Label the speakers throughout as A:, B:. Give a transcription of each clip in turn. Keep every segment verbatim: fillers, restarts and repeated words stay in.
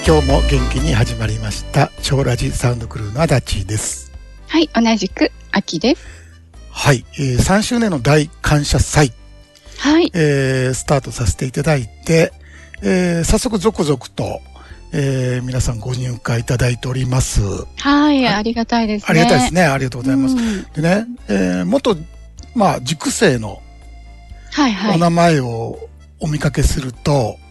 A: 今日も元気に始まりました超ラジサウンドクルーの足立です。
B: はい、同じく秋です。
A: はい、えー、さんしゅうねんの大感謝祭、
B: はい、
A: えー、スタートさせていただいて、えー、早速続々と、えー、皆さんご入会いただいております。
B: はい、ありがたいですね。
A: ありがたいですね。ありがとうございます。うん、でね、えー、元まあ塾生のお名前をお見かけすると、はいはい、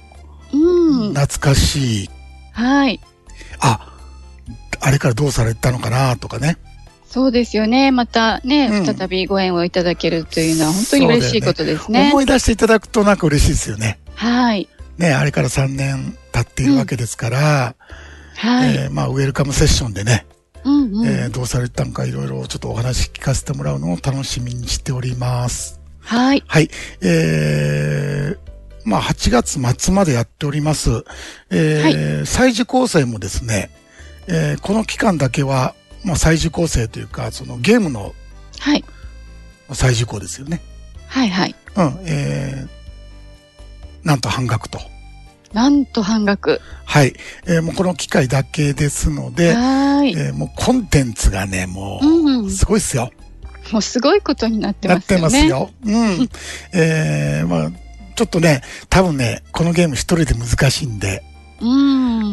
A: 懐かしい。
B: はい。
A: あ、あれからどうされたのかなとかね。
B: そうですよね。またね、うん、再びご縁をいただけるというのは本当に嬉しいことですね。
A: ね、思い出していただくとなんか嬉しいですよね。
B: はい。
A: ね、あれからさんねん経っているわけですから、
B: うん、はい。
A: えー、まあウェルカムセッションでね、
B: うんうん、
A: えー、どうされたのかいろいろちょっとお話聞かせてもらうのを楽しみにしております。
B: はい。
A: はい。えーまあ、はちがつ末までやっております。えーはい、再受講生もですね、えー、この期間だけは、まあ、再受講生というか、そのゲームの、
B: はい。
A: 再受講ですよね。
B: はいはい。
A: うん、えー、なんと半額と。
B: なんと半額。
A: はい。えー、もうこの機会だけですので、
B: はい。
A: えー、もうコンテンツがね、もう、すごいっすよ。
B: うん、もうすごいことになってますよね。
A: なってますよ。うん。えー、まあ、ちょっとね、多分ね、このゲーム一人で難しいんで、
B: うん。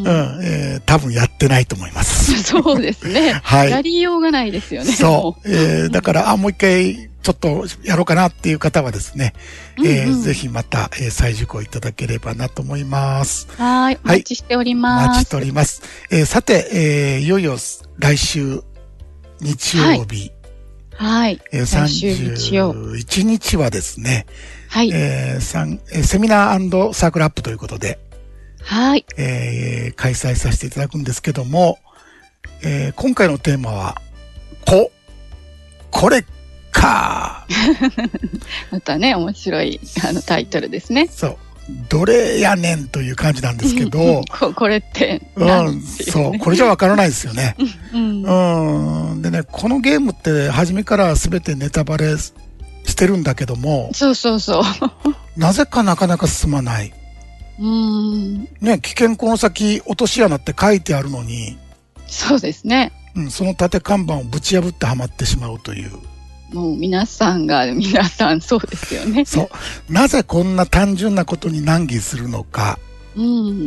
A: うん、えー、多分やってないと思います。
B: そうですね。はい。やりようがないですよね。
A: そう。えー、だから、あ、もう一回、ちょっとやろうかなっていう方はですね、うんうん、えー、ぜひまた、えー、再受講いただければなと思います。
B: はい。お待ちしております。
A: お待ちしております。えー、さて、えー、いよいよ来週、日曜日。
B: はい。はい、
A: えー、さんじゅういちにちはですね、
B: はい。
A: えー、えー、セミナー&サークルアップということで、
B: はい。
A: えー、開催させていただくんですけども、えー、今回のテーマは、こ、これか
B: またね、面白いあのタイトルですね。
A: そう。どれやねんという感じなんですけど、
B: こ, これって
A: 何、ね、うん、そう、これじゃわからないですよね。うん、うん。でね、このゲームって初めから全てネタバレしてるんだけども、
B: そうそうそう。
A: なぜかなかなか進まない。
B: うーん。
A: ね、危険この先落とし穴って書いてあるのに、
B: そうですね。
A: うん、その縦看板をぶち破ってはまってしまうという。
B: もう皆さんが皆さんそうですよね。
A: そう。なぜこんな単純なことに難儀するのか。
B: うん。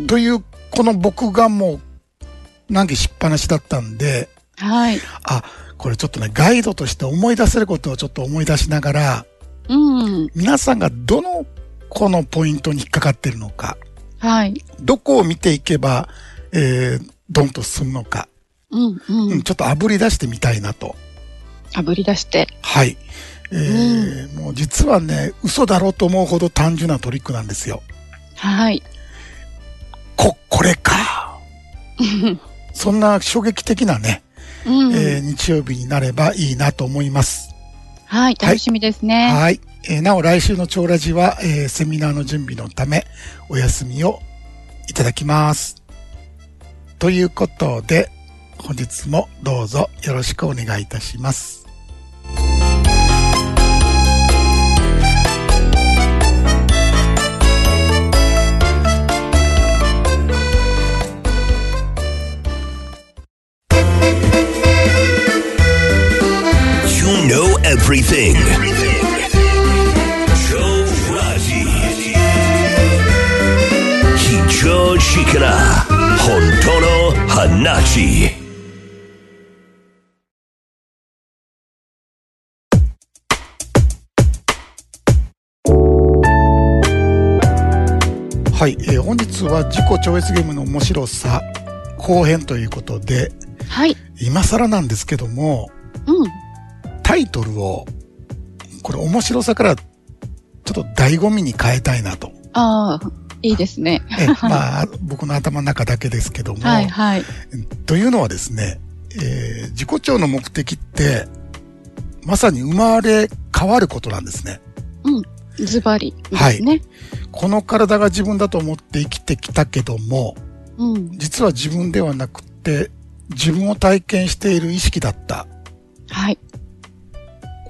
A: という、この僕がもう難儀しっぱなしだったんで、
B: はい。
A: あ、これちょっとね、ガイドとして思い出せることをちょっと思い出しながら、
B: うん。
A: 皆さんがどのこのポイントに引っかかっているのか。
B: はい。
A: どこを見ていけば、えー、ドンと進むのか。
B: うんうん。うん、
A: ちょっと炙り出してみたいなと。
B: 炙り出して。
A: はい。えー、うん、もう実はね、嘘だろうと思うほど単純なトリックなんですよ。
B: はい。
A: こ、これか。そんな衝撃的なね、うんえー、日曜日になればいいなと思います。
B: はい、楽しみですね。
A: はい。はいえー、なお来週の超ラジは、えー、セミナーの準備のためお休みをいただきます。ということで、本日もどうぞよろしくお願いいたします。
C: You know everything. Joe Raji. Hicho Shikara. Hontono Hanachi.
A: はい、えー、本日は自己超越ゲームの面白さ後編ということで、
B: はい、
A: 今更なんですけども、
B: うん、
A: タイトルをこれ面白さからちょっと醍醐味に変えたいなと。
B: ああ、いいですね。
A: えまあ僕の頭の中だけですけども、
B: はいはい、
A: というのはですね、えー、自己超の目的ってまさに生まれ変わることなんですね。
B: うん。ズバリですね、
A: はい。この体が自分だと思って生きてきたけども、
B: うん、
A: 実は自分ではなくて自分を体験している意識だった。
B: はい。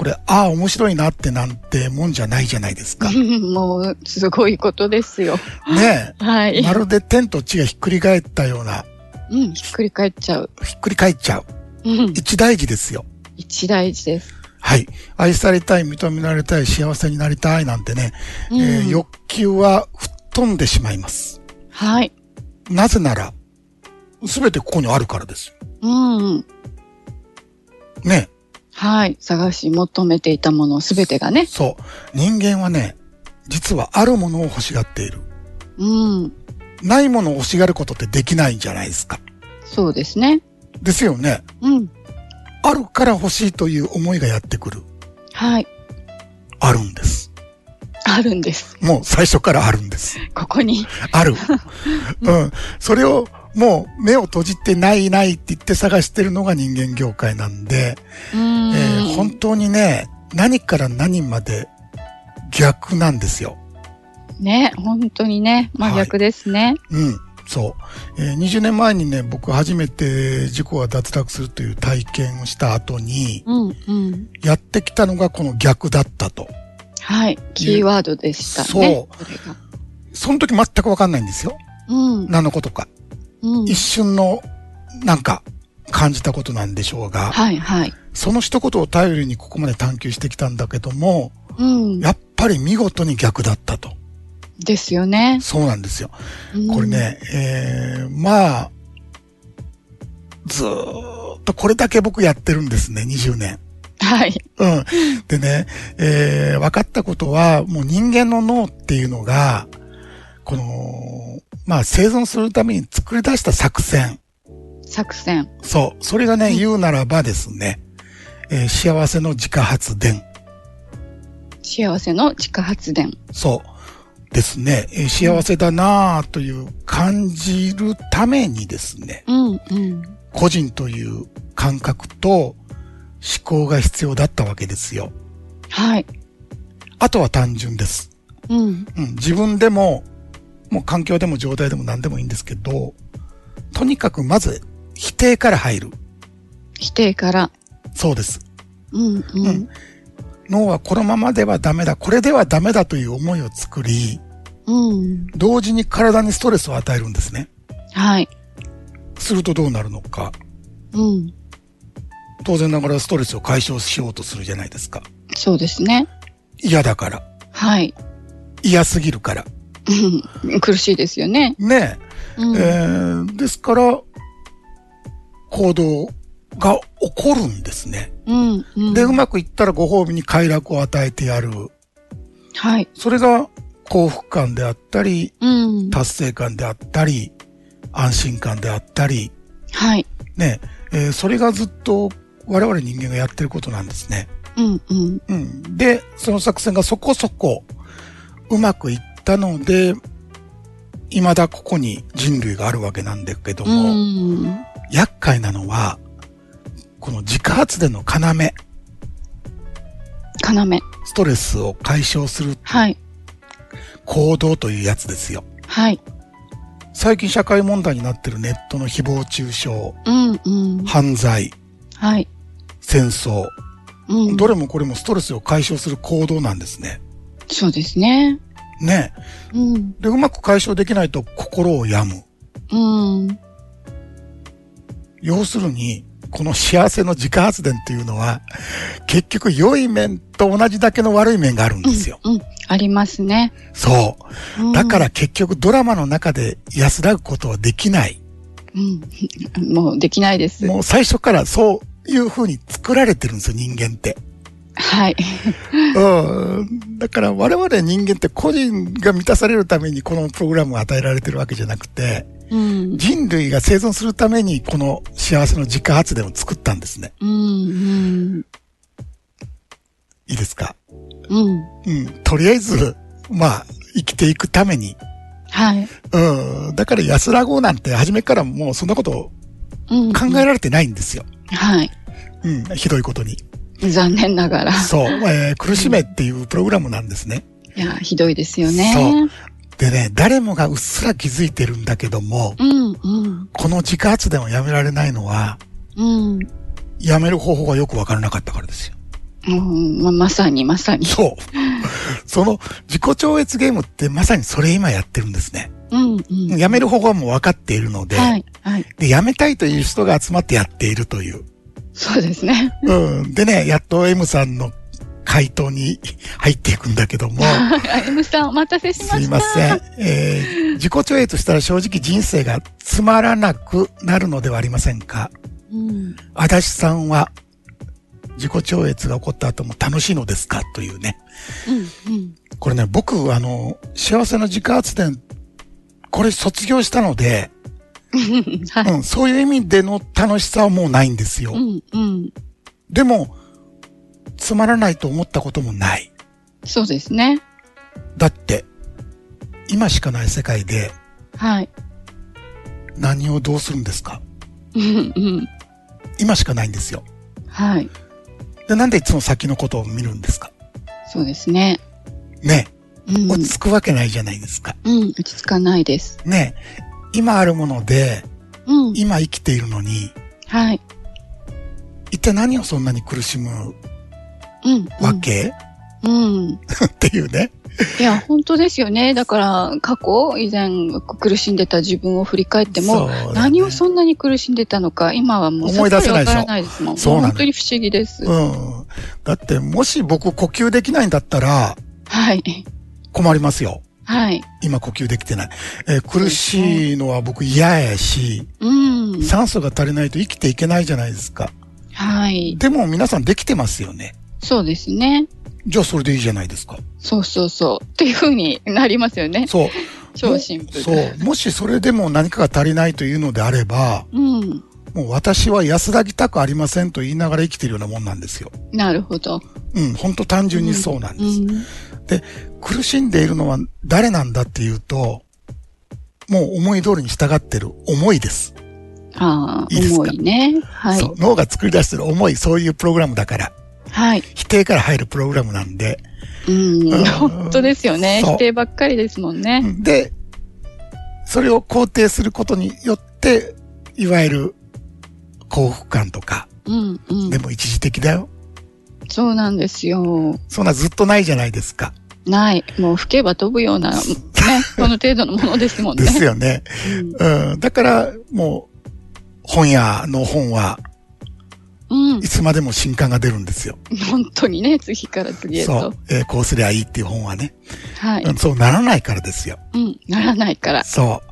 A: これ、ああ、面白いなってなんてもんじゃないじゃないですか。
B: もう、すごいことですよ。
A: ねえ。
B: はい。
A: まるで天と地がひっくり返ったような。
B: うん、ひっくり返っちゃう。
A: ひっくり返っちゃう。
B: うん。
A: 一大事ですよ。
B: 一大事です。
A: はい。愛されたい、認められたい、幸せになりたいなんてね、うん、えー、欲求は吹っ飛んでしまいます。
B: はい。
A: なぜなら、すべてここにあるからですよ。
B: うん。
A: ね。
B: はい。探し求めていたものすべてがね。
A: そう。人間はね、実はあるものを欲しがっている。
B: うん。
A: ないものを欲しがることってできないんじゃないですか。
B: そうですね。
A: ですよね。
B: うん。
A: あるから欲しいという思いがやってくる。
B: はい。
A: あるんです。
B: あるんです。
A: もう最初からあるんです。
B: ここに。
A: ある。うん。それをもう目を閉じてないないって言って探してるのが人間業界なんで、
B: うーん、
A: えー、本当にね、何から何まで逆なんですよ。
B: ね、本当にね、真逆ですね。
A: はい、うん。そう、えー。にじゅうねんまえにね、僕初めて自己が脱落するという体験をした後に、
B: うんうん、
A: やってきたのがこの逆だったと。
B: はい。キーワードでしたね。
A: そう。それがその時全くわかんないんですよ。
B: うん。
A: 何のことか。うん、一瞬のなんか感じたことなんでしょうが、
B: はいはい。
A: その一言を頼りにここまで探求してきたんだけども、
B: うん、
A: やっぱり見事に逆だったと。
B: ですよね。
A: そうなんですよ。
B: うん、
A: これね、えー、まあ、ずーっとこれだけ僕やってるんですね、にじゅうねん。
B: はい。
A: うん。でね、えー、分かったことは、もう人間の脳っていうのが、この、まあ生存するために作り出した作戦。
B: 作戦。
A: そう。それがね、うん、言うならばですね、えー、幸せの自家発電。
B: 幸せの自家発電。
A: そうですね。えー、幸せだなぁという感じるためにですね、
B: うんうん、
A: 個人という感覚と思考が必要だったわけですよ。
B: はい。
A: あとは単純です。
B: うん。うん、
A: 自分でも、もう環境でも状態でも何でもいいんですけど、とにかくまず否定から入る。
B: 否定から。
A: そうです。
B: うんうん。うん、
A: 脳はこのままではダメだ、これではダメだという思いを作り、
B: うん、
A: 同時に体にストレスを与えるんですね。
B: はい。
A: するとどうなるのか。
B: うん。
A: 当然ながらストレスを解消しようとするじゃないですか。
B: そうですね。
A: 嫌だから。
B: はい。
A: 嫌すぎるから。
B: うん、苦しいですよね。
A: ねえ。うん、えー、ですから、行動が起こるんですね。
B: うんうん、
A: で、うまくいったらご褒美に快楽を与えてやる。
B: はい。
A: それが幸福感であったり、
B: うん、
A: 達成感であったり、安心感であったり。
B: はい。
A: ねえ、えー、それがずっと我々人間がやってることなんですね。
B: うんうん。
A: うん。で、その作戦がそこそこうまくいったので、未だここに人類があるわけなんだけども、
B: うん、
A: 厄介なのは、この自家発電の要。
B: 要。
A: ストレスを解消する。
B: はい。
A: 行動というやつですよ。
B: はい。
A: 最近社会問題になってるネットの誹謗中傷。
B: うんうん。
A: 犯罪。
B: はい。
A: 戦争。
B: うん。
A: どれもこれもストレスを解消する行動なんですね。
B: そうですね。
A: ね。
B: うん。
A: で、うまく解消できないと心を病む。
B: うん。
A: 要するに、この幸せの自家発電っていうのは、結局良い面と同じだけの悪い面があるんですよ。
B: うん、うん、ありますね。
A: そう、うん。だから結局ドラマの中で安らぐことはできない。
B: うん。もうできないです。
A: もう最初からそういう風に作られてるんですよ、人間って。
B: はい。
A: うん。だから我々人間って個人が満たされるためにこのプログラムが与えられてるわけじゃなくて、うん、人類が生存するためにこの幸せの自家発電を作ったんですね。
B: うんうん、
A: いいですか、
B: うん
A: うん、とりあえず、まあ、生きていくために。
B: はい。
A: うん。だから安らごうなんて初めからもうそんなこと考えられてないんですよ。
B: うん、はい。
A: うん。ひどいことに。
B: 残念ながら。
A: そう。えー、苦しめっていうプログラムなんですね。
B: いや、ひどいですよね。
A: そう。でね、誰もがうっすら気づいてるんだけども、
B: うんうん、
A: この自家発電をやめられないのは、
B: うん、
A: やめる方法がよくわからなかったからですよ。
B: うんま、まさにまさに。
A: そう。その自己超越ゲームってまさにそれ今やってるんですね。
B: うんうん、
A: やめる方法はもう分かっているので、
B: はいはい、
A: で、やめたいという人が集まってやっているという。
B: そうですね。
A: うん。でね、やっと M さんの回答に入っていくんだけども。
B: M さんお待たせしました。
A: すいません。えー、自己超越したら正直人生がつまらなくなるのではありませんか。うん、足立さんは自己超越が起こった後も楽しいのですかというね。うんうん、これね、僕、あの、幸せの自家発電、これ卒業したので、はいうん、そういう意味での楽しさはもうないんですよ。うんうん、でも、つまらないと思ったこともない。
B: そうですね。
A: だって、今しかない世界で、はい。何をどうするんですか、うんうん、今しかないんですよ。はい。で、なんでいつも先のことを見るんですか？
B: そうですね。
A: ね。うん、落ち着くわけないじゃないですか。
B: うん、落ち着かないです。
A: ね。今あるもので、うん、今生きているのに、はい。一体何をそんなに苦しむわけ、うんうん、っていうね。
B: いや、本当ですよね。だから、過去、以前苦しんでた自分を振り返っても、ね、何をそんなに苦しんでたのか、今はもう
A: 思い出せないでしょ。
B: わからないですもん。そうなの。本当に不思議です。
A: うん。だって、もし僕呼吸できないんだったら、はい。困りますよ。はい。今呼吸できてない。えー、苦しいのは僕嫌やし、うん。酸素が足りないと生きていけないじゃないですか。はい。でも皆さんできてますよね。
B: そうですね。
A: じゃあそれでいいじゃないですか。そう
B: そうそう。っていう風になりますよね。
A: そう。
B: 超シンプル。
A: そう。もしそれでも何かが足りないというのであれば、うん。もう私は安らぎたくありませんと言いながら生きているようなもんなんですよ。
B: なるほど。
A: うん、本当単純にそうなんです。うんうん、で、苦しんでいるのは誰なんだっていうと、もう思い通りに従ってる思いです。
B: ああ、いいですか？思いね。はい。
A: そう。脳が作り出してる思い、そういうプログラムだから。はい。否定から入るプログラムなんで。
B: うん、うん、本当ですよね。否定ばっかりですもんね。
A: で、それを肯定することによって、いわゆる幸福感とか。うんうん。でも一時的だよ。
B: そうなんですよ。
A: そんなずっとないじゃないですか。
B: ない。もう吹けば飛ぶような、ね、この程度のものですもんね。
A: ですよね。うん、うん。だから、もう、本屋の本は、うん、いつまでも新刊が出るんですよ。
B: 本当にね、次から次へと。
A: そう。えー、こうすりゃいいっていう本はね。はい、うん。そうならないからですよ。
B: うん、ならないから。
A: そう。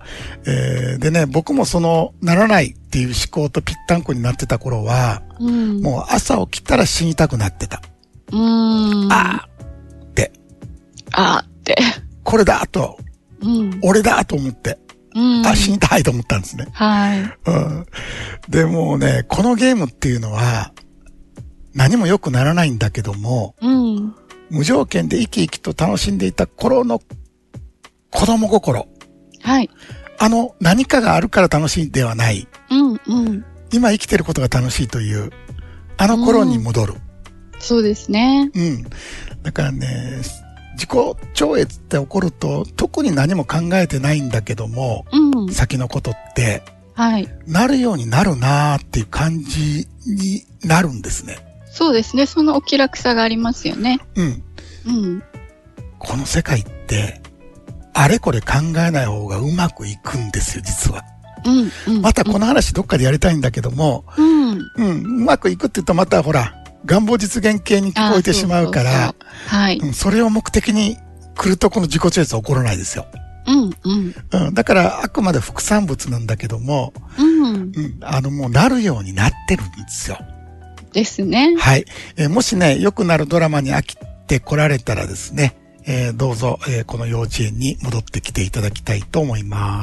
A: えー、でね、僕もその、ならないっていう思考とぴったんこになってた頃は、うん、もう朝起きたら死にたくなってた。うーん。あーって。
B: あーって。
A: これだと。うん。俺だと思って。うん、あ、死にたいと思ったんですね。はい。うん。でもね、このゲームっていうのは、何も良くならないんだけども、うん、無条件で生き生きと楽しんでいた頃の子供心。はい。あの、何かがあるから楽しいではない。うんうん。今生きてることが楽しいという、あの頃に戻る。うん、
B: そうですね。
A: うん。だからね、自己超越って起こると特に何も考えてないんだけども、うん、先のことって、はい、なるようになるなーっていう感じになるんですね。
B: そうですね。そのお気楽さがありますよね。うん。
A: うん。この世界ってあれこれ考えない方がうまくいくんですよ、実は。うん。うん、またこの話どっかでやりたいんだけども、うん。うん。うまくいくって言うとまたほら、願望実現系に聞こえてしまうから、そうそうそうはい、うん。それを目的に来るとこの自己超越は起こらないですよ。うんうんうん、だからあくまで副産物なんだけども、うんうん、あのもうなるようになってるんですよ。
B: ですね。
A: はい。えー、もしね、よくなるドラマに飽きて来られたらですね、えー、どうぞ、えー、この幼稚園に戻ってきていただきたいと思います。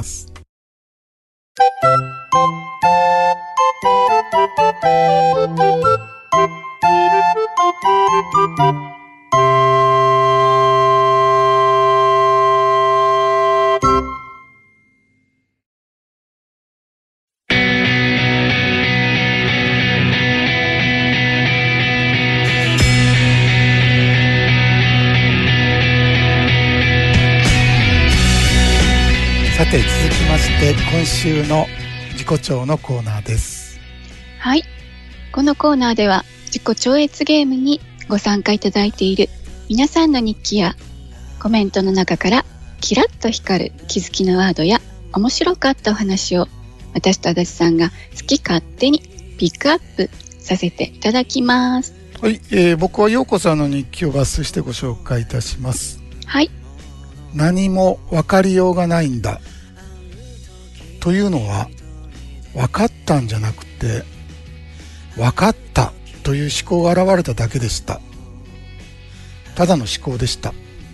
A: さて続きまして今週の自己超のコーナーです。
B: はい、このコーナーでは自己超越ゲームにご参加いただいている皆さんの日記やコメントの中からキラッと光る気づきのワードや面白かったお話を私と足立さんが好き勝手にピックアップさせていただきます。
A: はい、えー、僕は陽子さんの日記を抜粋してご紹介いたします。
B: はい。
A: 何も分かりようがないんだというのは、分かったんじゃなくて分かったという思考が現れただけでした。ただの思考でした。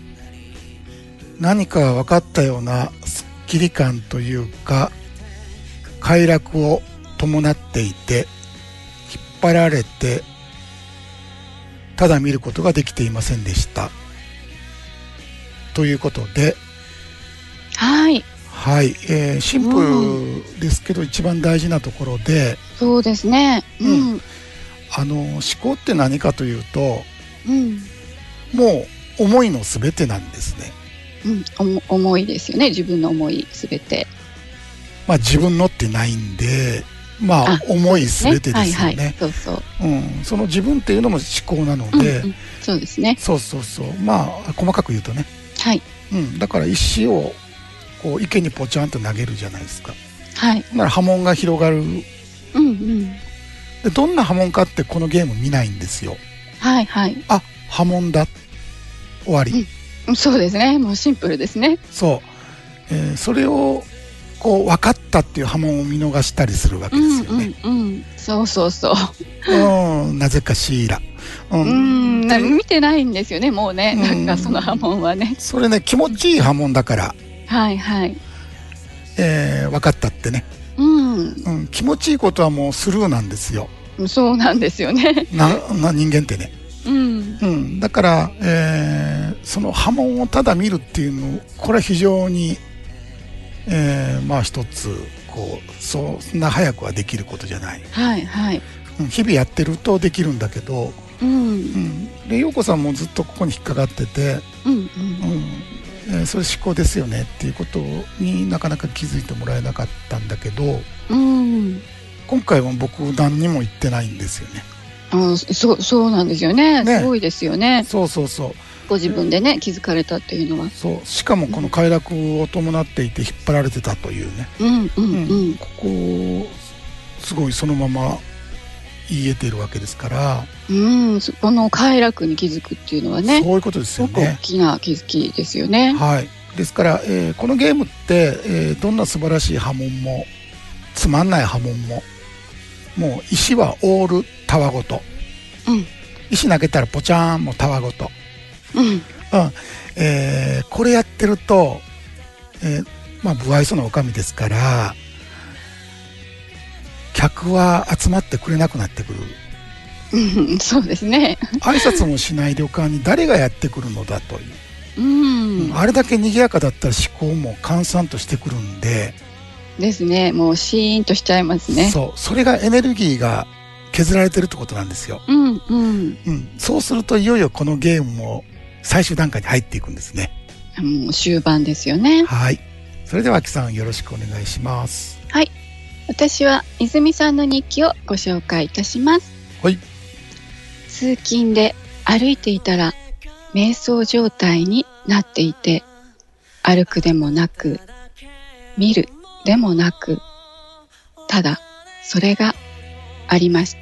A: 何かが分かったようなすっきり感というか快楽を伴っていて、引っ張られてただ見ることができていませんでしたということで、
B: はい
A: はい、えー、シンプルですけど一番大事なところで、
B: そうですね、うん、
A: あの思考って何かというと、
B: うん、
A: もう思いのすべてなんですね。
B: うん、思いですよね。自分の思いすべて。
A: まあ自分のってないんで、まあ思いすべてですよね。
B: そうそう。
A: うん、その自分っていうのも思考なので、
B: うんうん、そうですね。
A: そうそうそう。まあ細かく言うとね。
B: はい。
A: うん、だから石をこう池にポチャンと投げるじゃないですか。
B: はい。
A: だから波紋が広がる。
B: うんうん。
A: でどんな波紋かってこのゲーム見ないんですよ。
B: はいはい。
A: あ、波紋だ。終わり。うん
B: そうですね。もうシンプルですね。
A: そう、えー、それをこう分かったっていう波紋を見逃したりするわけですよね。
B: うんうんうん、そうそうそう。
A: うん、なぜかシーラ。
B: うん、うん見てないんですよね。もうね、なんかその波紋はね。
A: それね気持ちいい波紋だから。
B: はいはい。
A: えー、分かったってね。
B: うん、
A: うん、気持ちいいことはもうスルーなんですよ。
B: そうなんですよね。
A: な、な人間ってね。
B: うん
A: うん、だから、えー、その波紋をただ見るっていうの、これは非常に、えー、まあ一つこうそんな早くはできることじゃない。
B: はいはい。
A: うん、日々やってるとできるんだけど、
B: うんうん
A: うん、で陽子さんもずっとここに引っかかってて、
B: うんうん
A: うんえー、それ思考ですよねっていうことになかなか気づいてもらえなかったんだけど、
B: うん、
A: 今回は僕何にも言ってないんですよね。
B: あそうそうなんですよ ね, ねすごいですよね。
A: そうそうそう、
B: ご自分でね気づかれたっていうのは。
A: そうしかもこの快楽を伴っていて引っ張られてたというね、
B: うんうんうん、
A: うん、ここすごいそのまま言えているわけですから、
B: うん、この快楽に気づくっていうのはね、
A: そういうことですよね。
B: すごく大きな気づきですよね。
A: はい、ですから、えー、このゲームって、えー、どんな素晴らしい波紋もつまんない波紋ももう石はオールたわごと、
B: うん、
A: 石投げたらポチャーンもたわごと、
B: うん
A: うんえー、これやってると、えーまあ、不愛想なおかみですから客は集まってくれなくなってくる、
B: うん、そうですね。
A: 挨拶もしない旅館に誰がやってくるのだという、
B: うん、
A: あれだけ賑やかだったら思考も閑散としてくるんで
B: ですね。もうシーンとしちゃいますね。
A: そう、それがエネルギーが削られてるってことなんですよ。
B: うんうん
A: うん、そうするといよいよこのゲームも最終段階に入っていくんですね。
B: もう終盤ですよね。
A: はい。それでは秋さんよろしくお願いします。
B: はい。私は泉さんの日記をご紹介いたします。
A: はい。
B: 通勤で歩いていたら瞑想状態になっていて、歩くでもなく見るでもなく、ただそれがありました。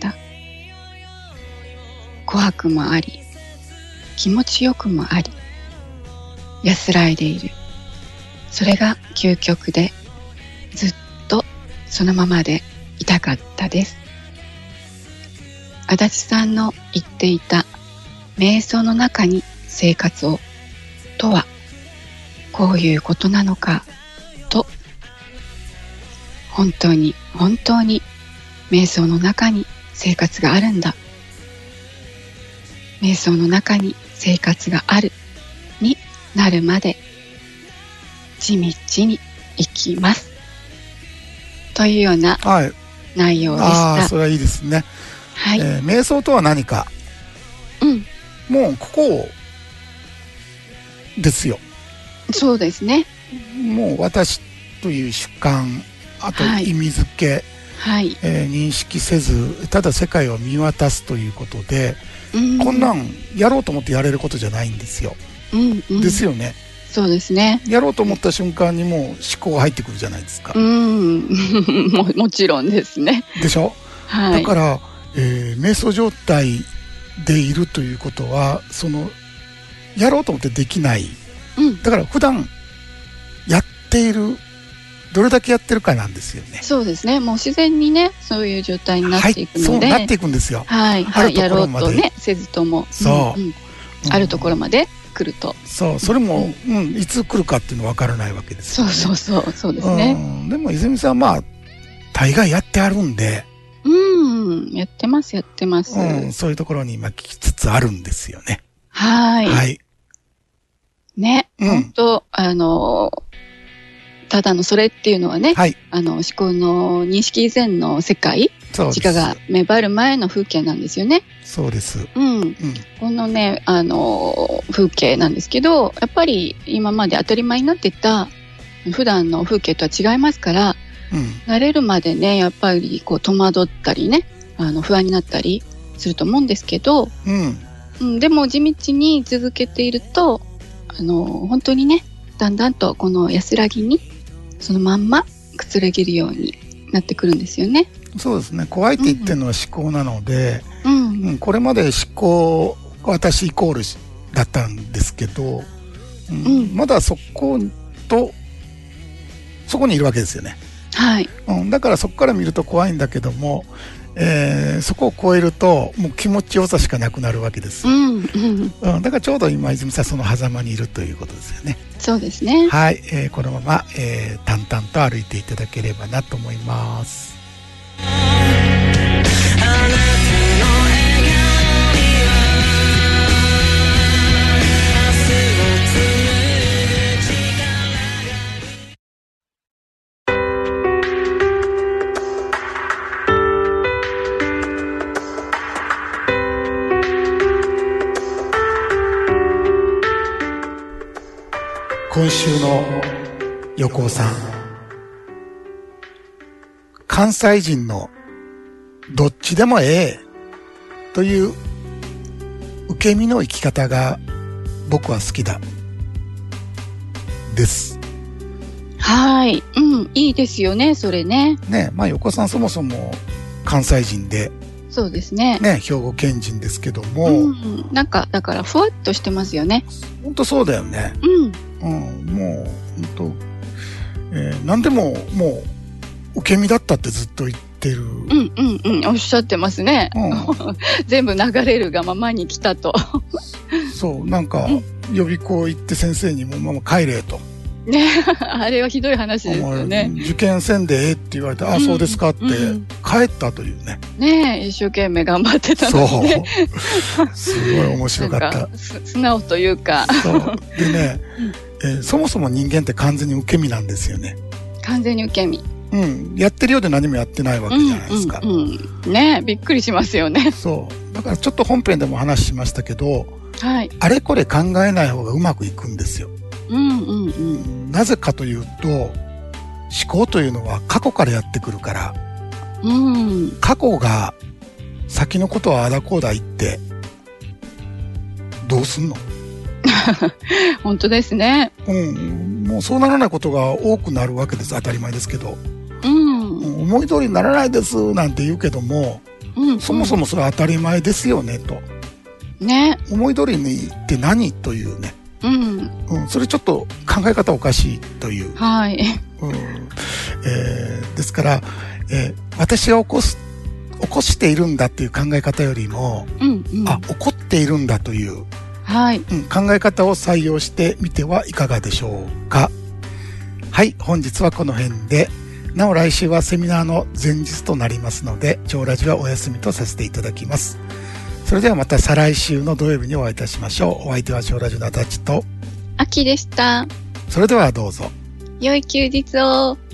B: 怖くもあり、気持ちよくもあり、安らいでいる。それが究極で、ずっとそのままでいたかったです。足立さんの言っていた瞑想の中に生活をとはこういうことなのかと、本当に本当に瞑想の中に生活があるんだ、瞑想の中に生活があるになるまで地道に生きますというような内容でした。
A: はい、あ、それはいいですね。
B: はい、
A: えー、瞑想とは何か、
B: うん、
A: もうここですよ。
B: そうですね。
A: もう私という主観、あと意味付け、
B: はい、
A: えー、認識せず、ただ世界を見渡すということで、うん、こんなんやろうと思ってやれることじゃないんですよ。
B: うんうん、
A: ですよね。
B: そうですね。
A: やろうと思った瞬間にもう思考が入ってくるじゃないですか。
B: うんも, もちろんですね。
A: でしょ、
B: はい、
A: だから、えー、瞑想状態でいるということは、そのやろうと思ってできない、うん、だから普段やっている、どれだけやってるかなんですよね。
B: そうですね。もう自然にね、そういう状態になっていくので、
A: はい、そうなっていくんですよ。
B: はい、はい、やろうとねせずとも、
A: そう、うんうん、
B: あるところまで来ると、
A: そう、それも、うんうん、いつ来るかっていうのは分からないわけですよね。
B: そうそうそうそうですね。
A: うん、でも泉さんはまあ大概やってあるんで、
B: うん、やってますやってます、
A: うん、そういうところに今聞きつつあるんですよね。
B: はい、
A: はい、
B: ね、うん、本当あのただのそれっていうのはね、はい、あの思考の認識以前の世界、自我が芽生える前の風景なんですよね。
A: そうです、
B: うんうん、このねあの風景なんですけど、やっぱり今まで当たり前になってた普段の風景とは違いますから、うん、慣れるまでねやっぱりこう戸惑ったりね、あの不安になったりすると思うんですけど、うんうん、でも地道に続けていると、あの本当にねだんだんとこの安らぎにそのまんまくつろげるようになってくるんですよね。
A: そうですね。怖いって言ってるのは思考なので、うんうん、これまで思考私イコールだったんですけど、うんうん、まだそことそこにいるわけですよね。
B: はい、
A: うん、だからそこから見ると怖いんだけども、えー、そこを超えるともう気持ちよさしかなくなるわけです、うんうんうん、だからちょうど今泉さんその狭間にいるということですよね。
B: そうですね。
A: はい、えー、このまま、えー、淡々と歩いていただければなと思います。今週の横尾さん、関西人のどっちでもええという受け身の生き方が僕は好きだです。
B: はい、うん、いいですよね、それね。
A: ね、まあ横尾さんそもそも関西人で、
B: そうですね。
A: ね、兵庫県人ですけども、
B: うん、なんかだからふわっとしてますよね。
A: 本当そうだよね。うん、うん、もう本当、えー、何でももう受け身だったってずっと言ってる。
B: うんうんうん、おっしゃってますね。うん、全部流れるがままに来たと。
A: そう、なんか、うん、予備校行って先生にもママ帰れと。
B: ね、あれはひどい話ですよね。
A: 受験せんでええって言われて、うん、あ、そうですかって帰ったというね。
B: ねえ、一生懸命頑張ってたのにね。
A: そう。すごい面白かった。
B: 素直というか。
A: そう。でね、えー、そもそも人間って完全に受け身なんですよね。
B: 完全に受け身。
A: うん。やってるようで何もやってないわけじゃないですか。
B: うんうんうん、ねえ、びっくりしますよね。
A: そう。だからちょっと本編でも話しましたけど、
B: はい。
A: あれこれ考えない方がうまくいくんですよ。
B: うんうんうん、
A: なぜかというと、思考というのは過去からやってくるから、うん、過去が先のことはあだこうだ言ってどうすんの？
B: 本当ですね。
A: うん、もうそうならないことが多くなるわけです。当たり前ですけど、うん、思い通りにならないですなんて言うけども、うん、そもそもそれは当たり前ですよねと。
B: ね。
A: 思い通りにって何というね。うんうん、それちょっと考え方おかしいという、
B: はい、
A: うんえー、ですから、えー、私が起こす起こしているんだという考え方よりも、うんうん、あ起こっているんだという、はいうん、考え方を採用してみてはいかがでしょうか。はい、本日はこの辺で、なお来週はセミナーの前日となりますので、超ラジはお休みとさせていただきます。それではまた再来週の土曜日にお会いいたしましょう。お相手は超ラジオのあたちと
B: あきでした。
A: それではどうぞ。
B: 良い休日を。